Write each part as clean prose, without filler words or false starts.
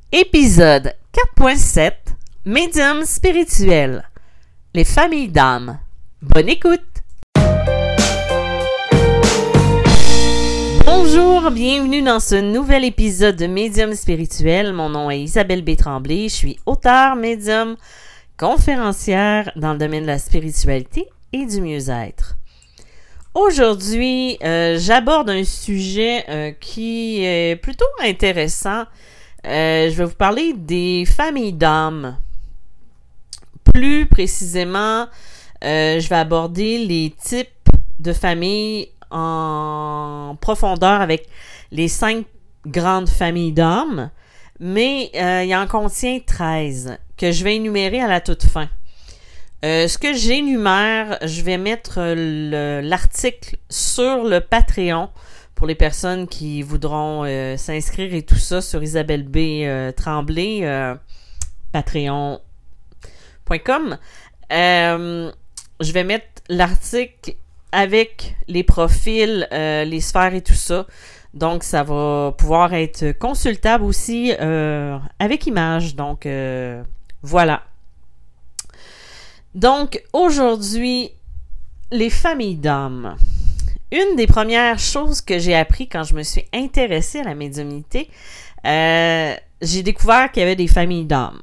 Épisode 4.7 Médium spirituel. Les familles d'âmes. Bonne écoute! Bonjour, bienvenue dans ce nouvel épisode de Médium spirituel. Mon nom est Isabelle B. Tremblay. Je suis auteure, médium, conférencière dans le domaine de la spiritualité et du mieux-être. Aujourd'hui, j'aborde un sujet qui est plutôt intéressant. Je vais vous parler des familles d'âmes. Plus précisément, je vais aborder les types de familles en profondeur avec les 5 grandes familles d'âmes, mais il en contient 13 que je vais énumérer à la toute fin. Ce que j'énumère, je vais mettre l'article sur le Patreon pour les personnes qui voudront s'inscrire et tout ça sur Isabelle B. Tremblay, patreon.com. Je vais mettre l'article avec les profils, les sphères et tout ça. Donc, ça va pouvoir être consultable aussi avec image. Donc, voilà. Donc, aujourd'hui, les familles d'âmes. Une des premières choses que j'ai appris quand je me suis intéressée à la médiumnité, j'ai découvert qu'il y avait des familles d'âmes.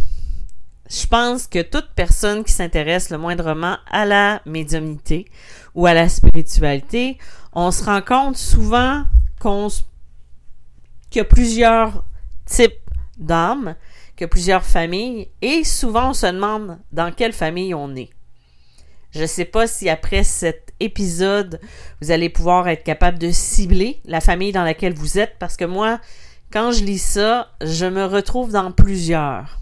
Je pense que toute personne qui s'intéresse le moindrement à la médiumnité ou à la spiritualité, on se rend compte souvent qu'il y a plusieurs types d'âmes, qu'il y a plusieurs familles, et souvent on se demande dans quelle famille on est. Je ne sais pas si après cet épisode, vous allez pouvoir être capable de cibler la famille dans laquelle vous êtes, parce que moi, quand je lis ça, je me retrouve dans plusieurs.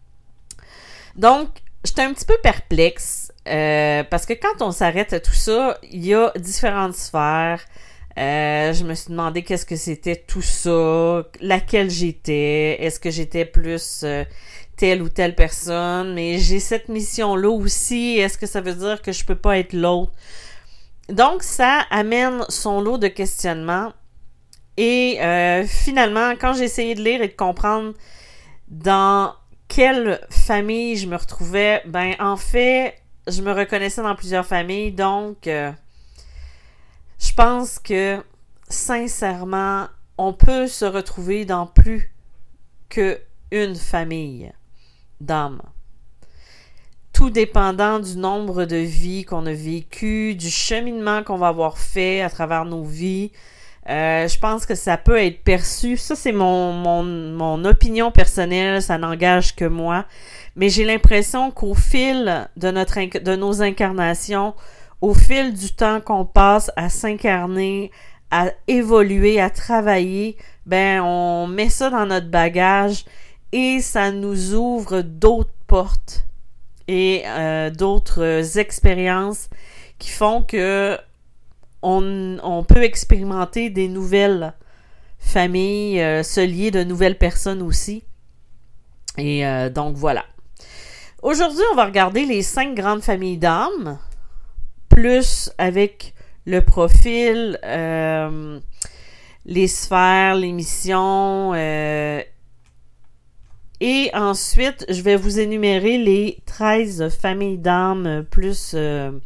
Donc, j'étais un petit peu perplexe, parce que quand on s'arrête à tout ça, il y a différentes sphères. Je me suis demandé qu'est-ce que c'était tout ça, laquelle j'étais, est-ce que j'étais plus telle ou telle personne, mais j'ai cette mission-là aussi, est-ce que ça veut dire que je peux pas être l'autre? Donc, ça amène son lot de questionnements et finalement, quand j'ai essayé de lire et de comprendre dans quelle famille je me retrouvais, ben en fait, je me reconnaissais dans plusieurs familles, donc je pense que sincèrement, on peut se retrouver dans plus qu'une famille d'âmes. Tout dépendant du nombre de vies qu'on a vécues, du cheminement qu'on va avoir fait à travers nos vies. Je pense que ça peut être perçu. Ça, c'est mon opinion personnelle, ça n'engage que moi. Mais j'ai l'impression qu'au fil de nos incarnations, au fil du temps qu'on passe à s'incarner, à évoluer, à travailler, ben on met ça dans notre bagage et ça nous ouvre d'autres portes et d'autres expériences qui font que on peut expérimenter des nouvelles familles, se lier de nouvelles personnes aussi. Et donc voilà. Aujourd'hui, on va regarder les 5 grandes familles d'âmes, plus avec le profil, les sphères, les missions, et ensuite, je vais vous énumérer les 13 familles d'âmes plus 1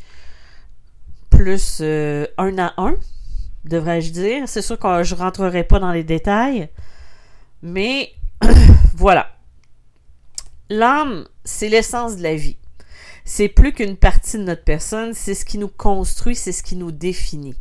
à 1, devrais-je dire. C'est sûr que je ne rentrerai pas dans les détails, mais voilà. L'âme, c'est l'essence de la vie. C'est plus qu'une partie de notre personne, c'est ce qui nous construit, c'est ce qui nous définit.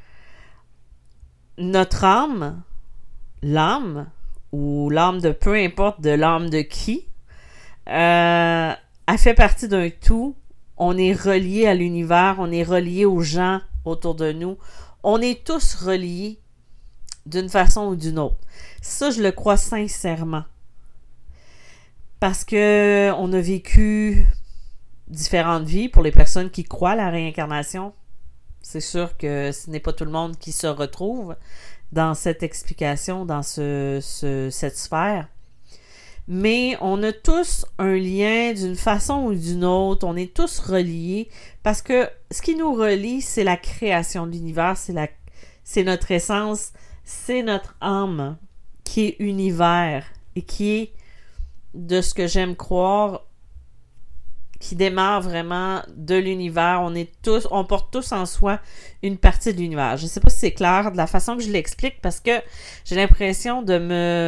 Notre âme, l'âme, ou l'âme de peu importe de l'âme de qui, elle fait partie d'un tout. On est relié à l'univers, on est relié aux gens autour de nous. On est tous reliés d'une façon ou d'une autre. Ça, je le crois sincèrement. Parce que on a vécu différentes vies. Pour les personnes qui croient à la réincarnation, c'est sûr que ce n'est pas tout le monde qui se retrouve dans cette explication, dans cette sphère. Mais on a tous un lien d'une façon ou d'une autre. On est tous reliés parce que ce qui nous relie, c'est la création de l'univers, c'est notre essence, c'est notre âme qui est univers et qui est, de ce que j'aime croire, qui démarre vraiment de l'univers. On porte tous en soi une partie de l'univers. Je ne sais pas si c'est clair de la façon que je l'explique parce que j'ai l'impression de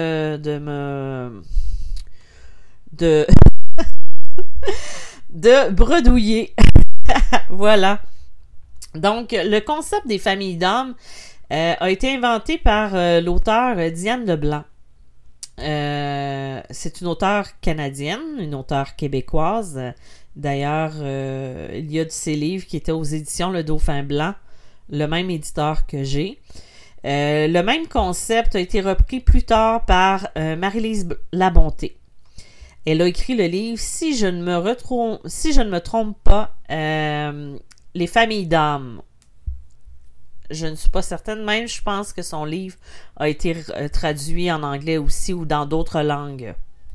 bredouiller. Voilà. Donc, le concept des familles d'âmes a été inventé par l'auteur Diane Leblanc. C'est une auteure canadienne, une auteure québécoise. D'ailleurs, il y a de ses livres qui étaient aux éditions Le Dauphin Blanc, le même éditeur que j'ai. Le même concept a été repris plus tard par Marie-Lise Labonté. Elle a écrit le livre Si je ne me trompe pas, Les familles d'âmes. Je ne suis pas certaine, même je pense que son livre a été traduit en anglais aussi ou dans d'autres langues.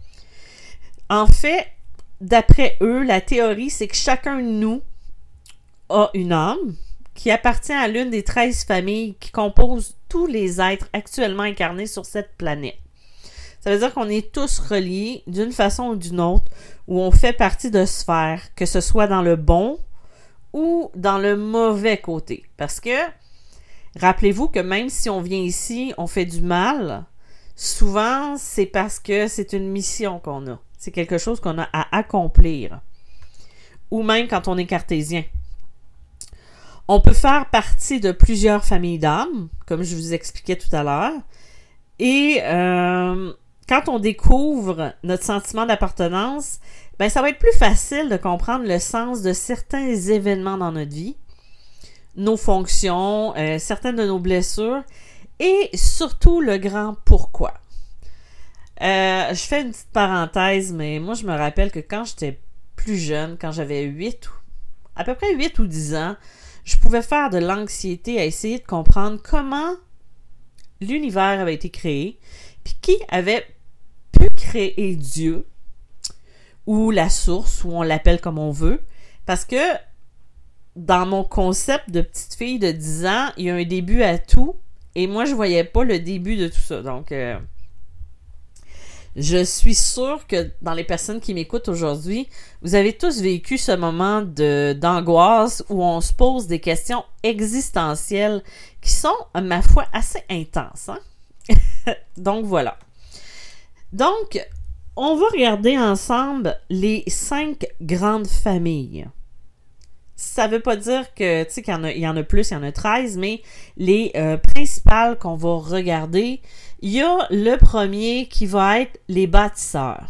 En fait, d'après eux, la théorie, c'est que chacun de nous a une âme qui appartient à l'une des 13 familles qui composent tous les êtres actuellement incarnés sur cette planète. Ça veut dire qu'on est tous reliés d'une façon ou d'une autre, où on fait partie de sphères, que ce soit dans le bon ou dans le mauvais côté. Parce que, rappelez-vous que même si on vient ici, on fait du mal, souvent c'est parce que c'est une mission qu'on a. C'est quelque chose qu'on a à accomplir. Ou même quand on est cartésien. On peut faire partie de plusieurs familles d'âmes, comme je vous expliquais tout à l'heure. Et quand on découvre notre sentiment d'appartenance, ben ça va être plus facile de comprendre le sens de certains événements dans notre vie, nos fonctions, certaines de nos blessures et surtout le grand pourquoi. Je fais une petite parenthèse, mais moi je me rappelle que quand j'étais plus jeune, quand j'avais à peu près 8 ou 10 ans, je pouvais faire de l'anxiété à essayer de comprendre comment l'univers avait été créé, puis qui avait pu créer Dieu, ou la source, ou on l'appelle comme on veut, parce que dans mon concept de petite fille de 10 ans, il y a un début à tout, et moi je voyais pas le début de tout ça, donc je suis sûre que dans les personnes qui m'écoutent aujourd'hui, vous avez tous vécu ce moment d'angoisse où on se pose des questions existentielles qui sont, ma foi, assez intenses. Hein? Donc voilà. Donc, on va regarder ensemble les 5 grandes familles. Ça veut pas dire que, tu sais, qu'il y en a plus, il y en a 13, mais les principales qu'on va regarder, il y a le premier qui va être les bâtisseurs.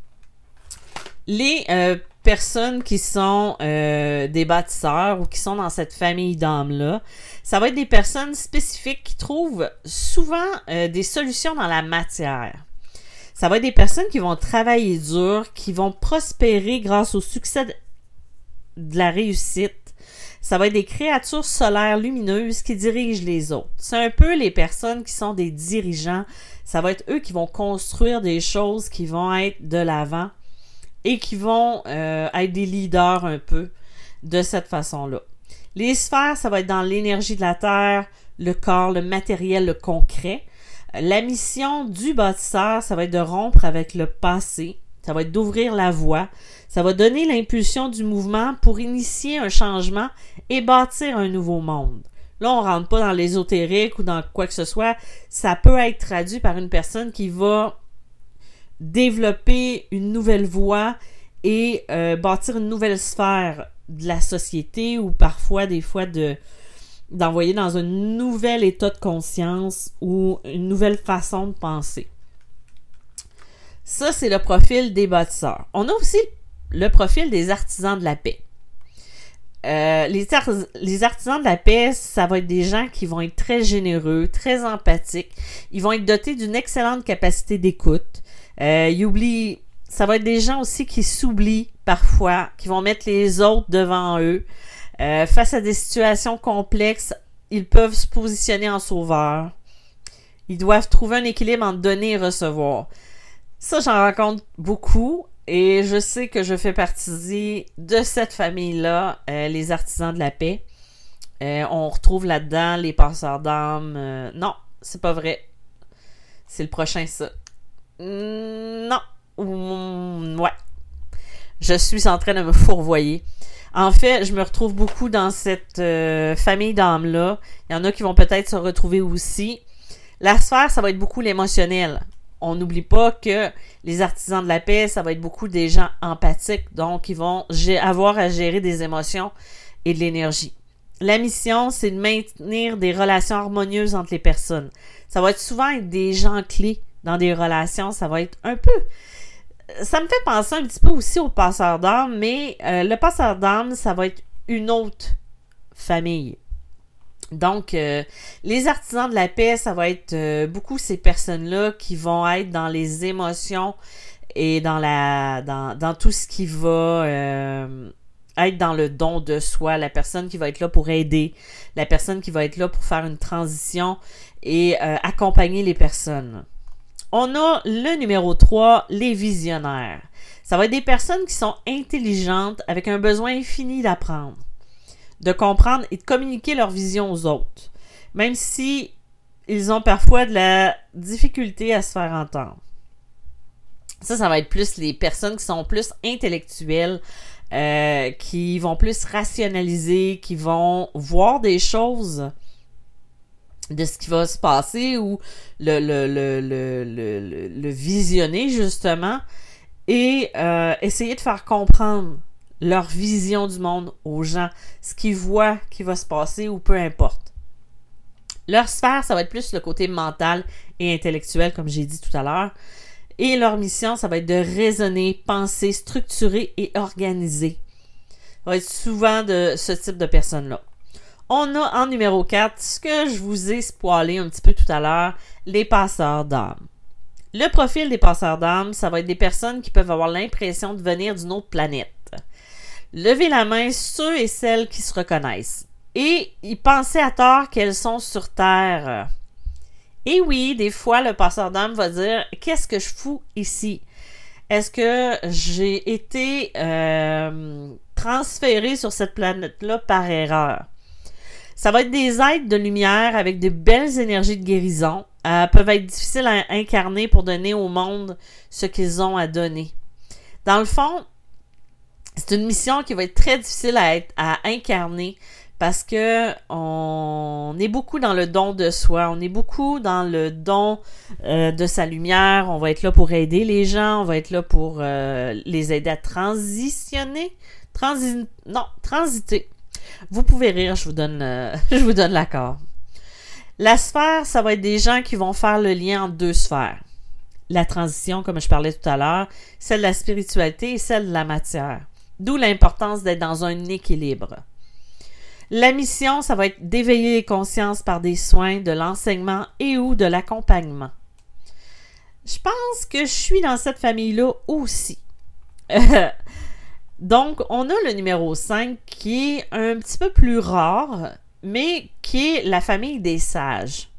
Les personnes qui sont des bâtisseurs ou qui sont dans cette famille d'âmes-là, ça va être des personnes spécifiques qui trouvent souvent des solutions dans la matière. Ça va être des personnes qui vont travailler dur, qui vont prospérer grâce au succès de la réussite. Ça va être des créatures solaires lumineuses qui dirigent les autres. C'est un peu les personnes qui sont des dirigeants. Ça va être eux qui vont construire des choses qui vont être de l'avant et qui vont être des leaders un peu de cette façon-là. Les sphères, ça va être dans l'énergie de la Terre, le corps, le matériel, le concret. La mission du bâtisseur, ça va être de rompre avec le passé. Ça va être d'ouvrir la voie. Ça va donner l'impulsion du mouvement pour initier un changement et bâtir un nouveau monde. Là, on ne rentre pas dans l'ésotérique ou dans quoi que ce soit. Ça peut être traduit par une personne qui va développer une nouvelle voie et bâtir une nouvelle sphère de la société ou parfois, des fois, d'envoyer dans un nouvel état de conscience ou une nouvelle façon de penser. Ça, c'est le profil des bâtisseurs. On a aussi le profil des artisans de la paix. Les artisans de la paix, ça va être des gens qui vont être très généreux, très empathiques. Ils vont être dotés d'une excellente capacité d'écoute. Ça va être des gens aussi qui s'oublient parfois, qui vont mettre les autres devant eux. Face à des situations complexes, ils peuvent se positionner en sauveurs. Ils doivent trouver un équilibre entre donner et recevoir. Ça, j'en rencontre beaucoup et je sais que je fais partie de cette famille-là, les artisans de la paix. On retrouve là-dedans les passeurs d'âmes. Non, c'est pas vrai. C'est le prochain, ça. Ouais. Je suis en train de me fourvoyer. En fait, je me retrouve beaucoup dans cette famille d'âmes-là. Il y en a qui vont peut-être se retrouver aussi. La sphère, ça va être beaucoup l'émotionnel. On n'oublie pas que les artisans de la paix, ça va être beaucoup des gens empathiques. Donc, ils vont avoir à gérer des émotions et de l'énergie. La mission, c'est de maintenir des relations harmonieuses entre les personnes. Ça va être souvent être des gens clés dans des relations. Ça va être un peu... Ça me fait penser un petit peu aussi au passeur d'âme, mais le passeur d'âme, ça va être une autre famille. Donc, les artisans de la paix, ça va être beaucoup ces personnes-là qui vont être dans les émotions et dans tout ce qui va être dans le don de soi, la personne qui va être là pour aider, la personne qui va être là pour faire une transition et accompagner les personnes. On a le numéro 3, les visionnaires. Ça va être des personnes qui sont intelligentes avec un besoin infini d'apprendre, de comprendre et de communiquer leur vision aux autres, même si ils ont parfois de la difficulté à se faire entendre. Ça va être plus les personnes qui sont plus intellectuelles, qui vont plus rationaliser, qui vont voir des choses de ce qui va se passer ou le visionner justement et essayer de faire comprendre leur vision du monde aux gens, ce qu'ils voient qui va se passer ou peu importe. Leur sphère, ça va être plus le côté mental et intellectuel, comme j'ai dit tout à l'heure. Et leur mission, ça va être de raisonner, penser, structurer et organiser. Ça va être souvent de ce type de personnes-là. On a en numéro 4, ce que je vous ai spoilé un petit peu tout à l'heure, les passeurs d'âme. Le profil des passeurs d'âme, ça va être des personnes qui peuvent avoir l'impression de venir d'une autre planète. Levez la main ceux et celles qui se reconnaissent. Et ils pensaient à tort qu'elles sont sur Terre. Et oui, des fois, le passeur d'âme va dire « Qu'est-ce que je fous ici? Est-ce que j'ai été transféré sur cette planète-là par erreur? » Ça va être des êtres de lumière avec de belles énergies de guérison. Peuvent être difficiles à incarner pour donner au monde ce qu'ils ont à donner. Dans le fond, c'est une mission qui va être très difficile à incarner parce que on est beaucoup dans le don de soi, on est beaucoup dans le don de sa lumière, on va être là pour aider les gens, on va être là pour les aider à transiter. Vous pouvez rire, je vous donne l'accord. La sphère, ça va être des gens qui vont faire le lien entre deux sphères. La transition, comme je parlais tout à l'heure, celle de la spiritualité et celle de la matière. D'où l'importance d'être dans un équilibre. La mission, ça va être d'éveiller les consciences par des soins, de l'enseignement et ou de l'accompagnement. Je pense que je suis dans cette famille-là aussi. Donc, on a le numéro 5 qui est un petit peu plus rare, mais qui est la famille des sages.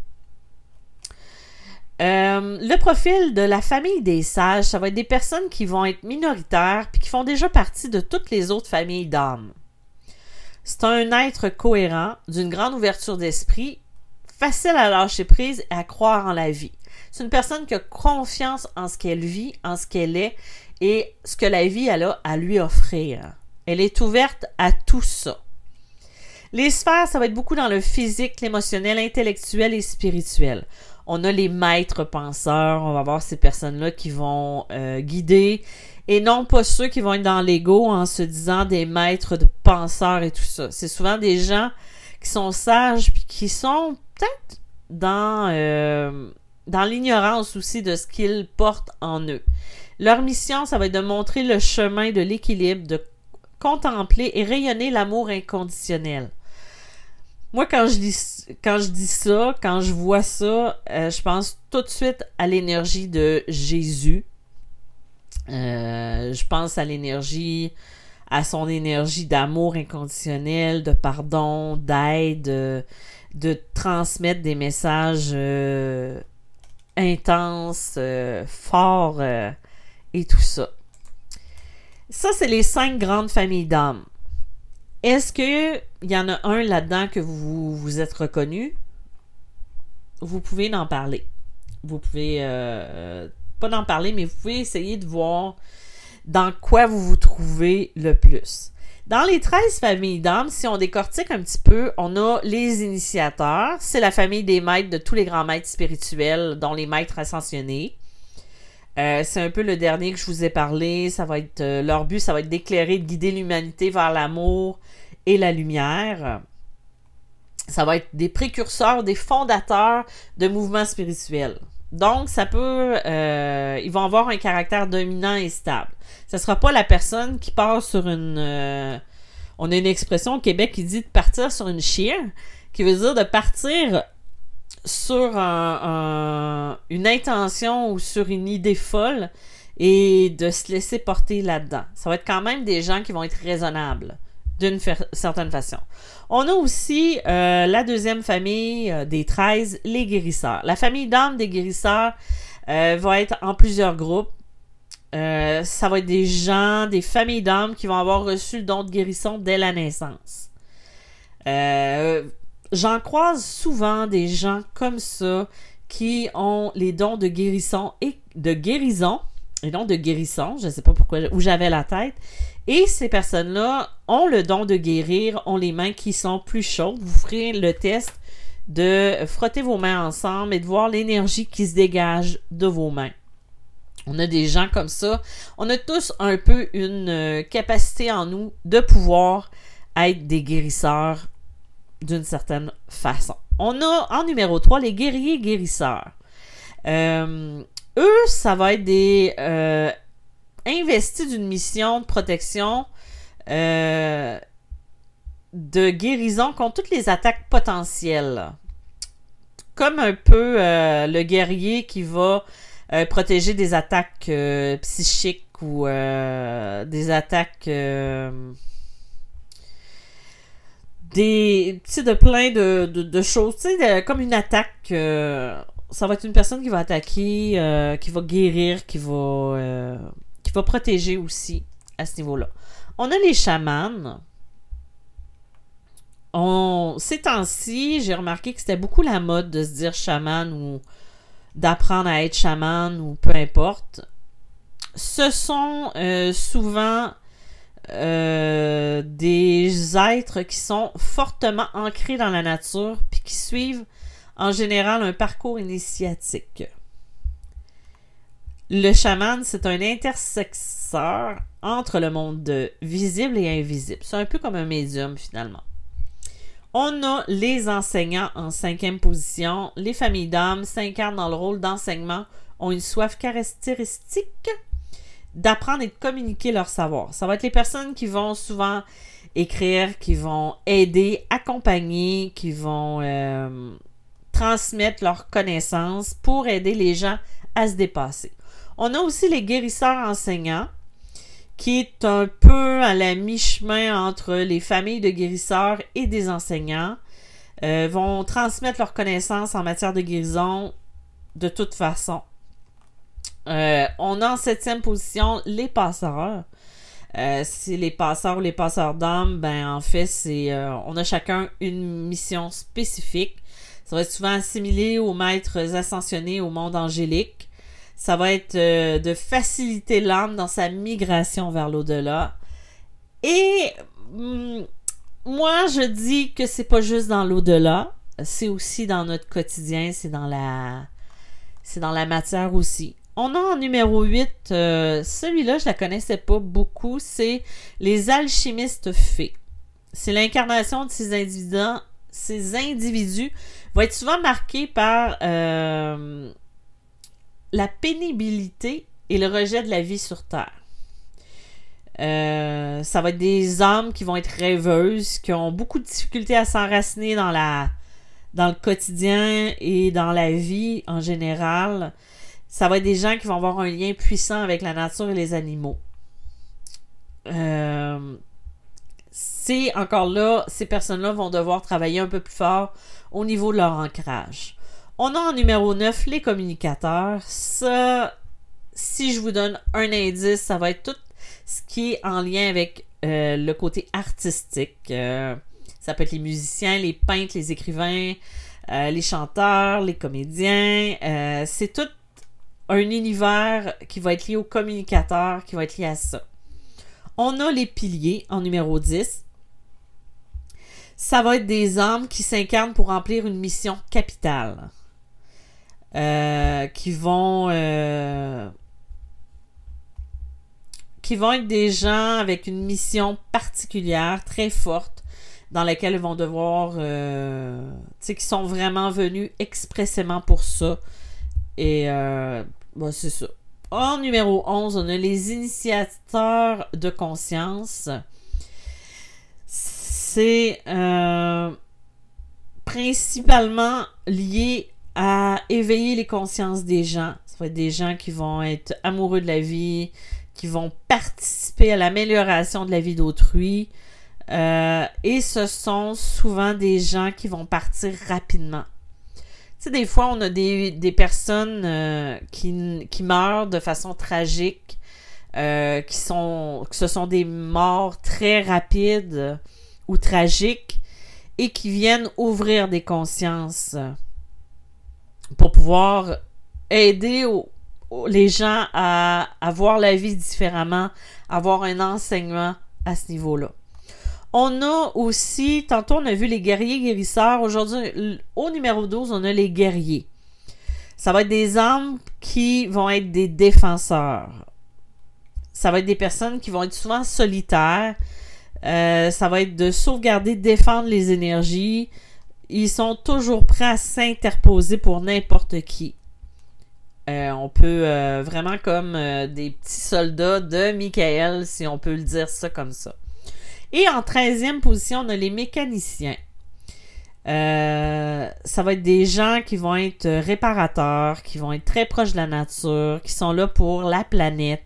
Le profil de la famille des sages, ça va être des personnes qui vont être minoritaires puis qui font déjà partie de toutes les autres familles d'âmes. C'est un être cohérent, d'une grande ouverture d'esprit, facile à lâcher prise et à croire en la vie. C'est une personne qui a confiance en ce qu'elle vit, en ce qu'elle est et ce que la vie elle a à lui offrir. Elle est ouverte à tout ça. Les sphères, ça va être beaucoup dans le physique, l'émotionnel, l'intellectuel et spirituel. On a les maîtres penseurs, on va voir ces personnes-là qui vont guider, et non pas ceux qui vont être dans l'ego en se disant des maîtres de penseurs et tout ça. C'est souvent des gens qui sont sages puis qui sont peut-être dans l'ignorance aussi de ce qu'ils portent en eux. Leur mission, ça va être de montrer le chemin de l'équilibre, de contempler et rayonner l'amour inconditionnel. Moi, quand je dis ça, quand je vois ça, je pense tout de suite à l'énergie de Jésus. Je pense à son énergie d'amour inconditionnel, de pardon, d'aide, de transmettre des messages intenses, forts et tout ça. Ça, c'est les 5 grandes familles d'âmes. Est-ce qu'il y en a un là-dedans que vous vous êtes reconnu? Vous pouvez en parler. Vous pouvez pas d'en parler, mais vous pouvez essayer de voir dans quoi vous vous trouvez le plus. Dans les 13 familles d'âmes, si on décortique un petit peu, on a les initiateurs. C'est la famille des maîtres de tous les grands maîtres spirituels, dont les maîtres ascensionnés. C'est un peu le dernier que je vous ai parlé. Ça va être leur but, ça va être d'éclairer, de guider l'humanité vers l'amour et la lumière. Ça va être des précurseurs, des fondateurs de mouvements spirituels. Donc, ça peut... ils vont avoir un caractère dominant et stable. Ça ne sera pas la personne qui part sur une... on a une expression au Québec qui dit de partir sur une shear, qui veut dire de partir sur une intention ou sur une idée folle et de se laisser porter là-dedans. Ça va être quand même des gens qui vont être raisonnables d'une certaine façon. On a aussi la deuxième famille des 13, les guérisseurs. La famille d'âmes des guérisseurs va être en plusieurs groupes. Ça va être des gens, des familles d'âmes qui vont avoir reçu le don de guérison dès la naissance. J'en croise souvent des gens comme ça qui ont les dons de guérison et de guérison, et non de guérison, je ne sais pas pourquoi, où j'avais la tête. Et ces personnes-là ont le don de guérir, ont les mains qui sont plus chaudes. Vous ferez le test de frotter vos mains ensemble et de voir l'énergie qui se dégage de vos mains. On a des gens comme ça. On a tous un peu une capacité en nous de pouvoir être des guérisseurs d'une certaine façon. On a en numéro 3 les guerriers guérisseurs. Eux, ça va être des investis d'une mission de protection, de guérison contre toutes les attaques potentielles. Comme un peu le guerrier qui va protéger des attaques psychiques ou des attaques de plein de choses, comme une attaque, ça va être une personne qui va attaquer, qui va guérir, qui va protéger aussi à ce niveau-là. On a les chamans. Ces temps-ci, j'ai remarqué que c'était beaucoup la mode de se dire chaman ou d'apprendre à être chaman ou peu importe. Ce sont souvent des êtres qui sont fortement ancrés dans la nature puis qui suivent en général un parcours initiatique. Le chaman, c'est un intercesseur entre le monde visible et invisible. C'est un peu comme un médium finalement. On a les enseignants en 5e position. Les familles d'âmes s'incarnent dans le rôle d'enseignement, ont une soif caractéristique d'apprendre et de communiquer leur savoir. Ça va être les personnes qui vont souvent écrire, qui vont aider, accompagner, qui vont transmettre leurs connaissances pour aider les gens à se dépasser. On a aussi les guérisseurs enseignants, qui est un peu à la mi-chemin entre les familles de guérisseurs et des enseignants, vont transmettre leurs connaissances en matière de guérison de toute façon. On a en 7e position les passeurs. C'est les passeurs ou les passeurs d'âme, en fait, on a chacun une mission spécifique. Ça va être souvent assimilé aux maîtres ascensionnés au monde angélique. Ça va être de faciliter l'âme dans sa migration vers l'au-delà. Et moi, je dis que c'est pas juste dans l'au-delà, c'est aussi dans notre quotidien, c'est dans la matière aussi. On a en numéro 8, celui-là, je la connaissais pas beaucoup, c'est les alchimistes fées. C'est l'incarnation de ces individus. Ces individus vont être souvent marqués par la pénibilité et le rejet de la vie sur Terre. Ça va être des âmes qui vont être rêveuses, qui ont beaucoup de difficultés à s'enraciner dans le quotidien et dans la vie en général. Ça va être des gens qui vont avoir un lien puissant avec la nature et les animaux. Encore là, ces personnes-là vont devoir travailler un peu plus fort au niveau de leur ancrage. On a en numéro 9 les communicateurs. Ça, si je vous donne un indice, ça va être tout ce qui est en lien avec le côté artistique. Ça peut être les musiciens, les peintres, les écrivains, les chanteurs, les comédiens. C'est tout un univers qui va être lié au communicateur, qui va être lié à ça. On a les piliers en numéro 10. Ça va être des âmes qui s'incarnent pour remplir une mission capitale. Qui vont être des gens avec une mission particulière, très forte, dans laquelle ils vont devoir... qui sont vraiment venus expressément pour ça. Et c'est ça. En numéro 11, on a les initiateurs de conscience. C'est principalement lié à éveiller les consciences des gens. Ça va être des gens qui vont être amoureux de la vie, qui vont participer à l'amélioration de la vie d'autrui. Et ce sont souvent des gens qui vont partir rapidement. Tu sais, des fois, on a des personnes qui meurent de façon tragique, que ce sont des morts très rapides ou tragiques et qui viennent ouvrir des consciences pour pouvoir aider les gens à voir la vie différemment, avoir un enseignement à ce niveau-là. On a aussi, tantôt on a vu les guerriers guérisseurs, aujourd'hui au numéro 12, on a les guerriers. Ça va être des âmes qui vont être des défenseurs. Ça va être des personnes qui vont être souvent solitaires. Ça va être de sauvegarder, défendre les énergies. Ils sont toujours prêts à s'interposer pour n'importe qui. On peut vraiment comme des petits soldats de Michael, si on peut le dire ça comme ça. Et en 13e position, on a les mécaniciens. Ça va être des gens qui vont être réparateurs, qui vont être très proches de la nature, qui sont là pour la planète.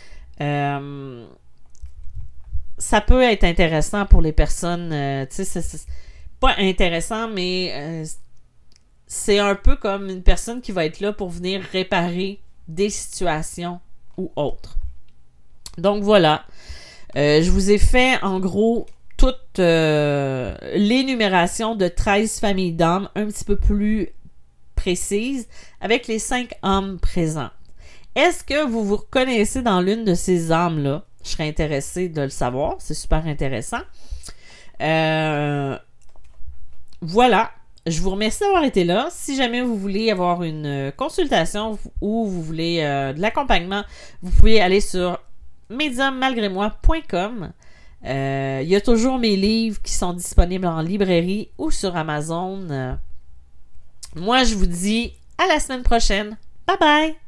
Ça peut être intéressant pour les personnes, tu sais, c'est pas intéressant, mais c'est un peu comme une personne qui va être là pour venir réparer des situations ou autres. Donc voilà, je vous ai fait en gros toute l'énumération de 13 familles d'âmes un petit peu plus précise avec les 5 âmes présentes. Est-ce que vous vous reconnaissez dans l'une de ces âmes-là? Je serais intéressée de le savoir. C'est super intéressant. Voilà. Je vous remercie d'avoir été là. Si jamais vous voulez avoir une consultation ou vous voulez de l'accompagnement, vous pouvez aller sur mediummalgrémoi.com. Il y a toujours mes livres qui sont disponibles en librairie ou sur Amazon. Moi, je vous dis à la semaine prochaine. Bye bye!